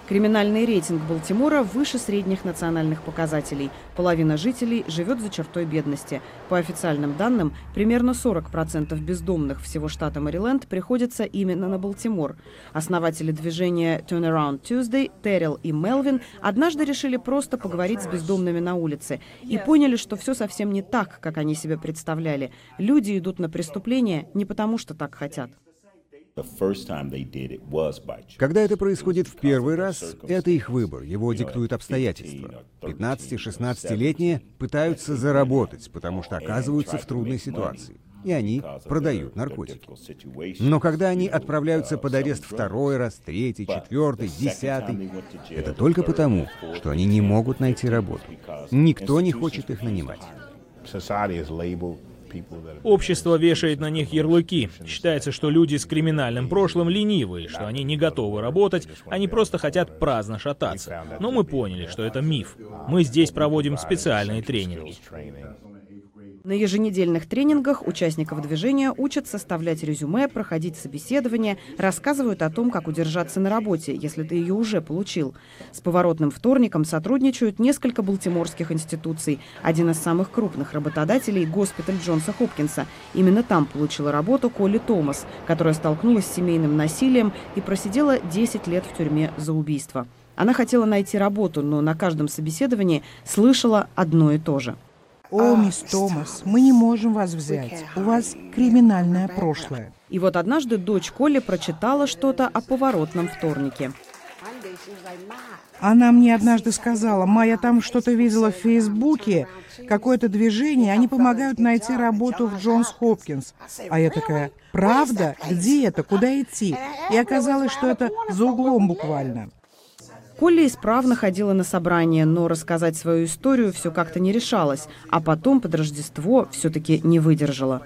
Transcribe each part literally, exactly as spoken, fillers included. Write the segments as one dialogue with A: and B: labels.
A: Криминальный рейтинг Балтимора выше средних национальных показателей. Половина жителей живет за чертой бедности. По официальным данным, примерно сорок процентов бездомных всего штата Мэриленд приходится именно на Балтимор. Основатели движения Turnaround Tuesday, Террел и Мелвин, однажды решили просто поговорить с бездомными на улице и поняли, что все совсем не так, как они себе представляли. Люди идут на преступления не потому, что так хотят.
B: Когда это происходит в первый раз, это их выбор, его диктуют обстоятельства. пятнадцати-шестнадцатилетние пытаются заработать, потому что оказываются в трудной ситуации, и они продают наркотики. Но когда они отправляются под арест второй раз, третий, четвертый, десятый, это только потому, что они не могут найти работу. Никто не хочет их нанимать.
C: Общество вешает на них ярлыки. Считается, что люди с криминальным прошлым ленивые, что они не готовы работать, они просто хотят праздно шататься. Но мы поняли, что это миф. Мы здесь проводим специальные тренинги.
A: На еженедельных тренингах участников движения учат составлять резюме, проходить собеседования, рассказывают о том, как удержаться на работе, если ты ее уже получил. С поворотным вторником сотрудничают несколько балтиморских институций. Один из самых крупных работодателей – госпиталь Джонса Хопкинса. Именно там получила работу Колли Томас, которая столкнулась с семейным насилием и просидела десять лет в тюрьме за убийство. Она хотела найти работу, но на каждом собеседовании слышала одно и то же.
D: «О, мисс Томас, мы не можем вас взять. У вас криминальное прошлое».
A: И вот однажды дочь Колли прочитала что-то о поворотном вторнике.
D: Она мне однажды сказала: «Ма, я там что-то видела в Фейсбуке, какое-то движение, они помогают найти работу в Джонс Хопкинс». А я такая: «Правда? Где это? Куда идти?» И оказалось, что это за углом буквально.
A: Колли исправно ходила на собрания, но рассказать свою историю все как-то не решалась, а потом под Рождество все-таки не выдержала.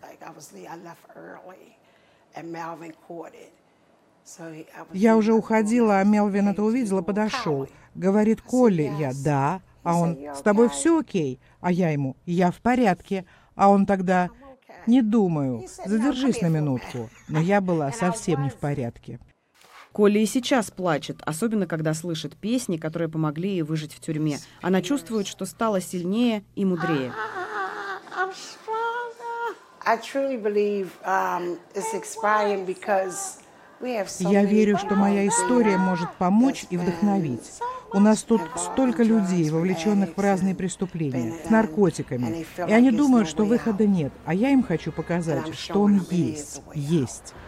D: Я уже уходила, а Мелвин это увидел и подошел. Говорит: «Колли». Я: «Да». А он: «С тобой все окей?» А я ему: «Я в порядке». А он тогда: «Не думаю, задержись на минутку». Но я была совсем не в порядке.
A: Колли и сейчас плачет, особенно когда слышит песни, которые помогли ей выжить в тюрьме. Она чувствует, что стала сильнее и мудрее.
D: Я верю, что моя история может помочь и вдохновить. У нас тут столько людей, вовлеченных в разные преступления, с наркотиками. И они думают, что выхода нет, а я им хочу показать, что он есть, есть.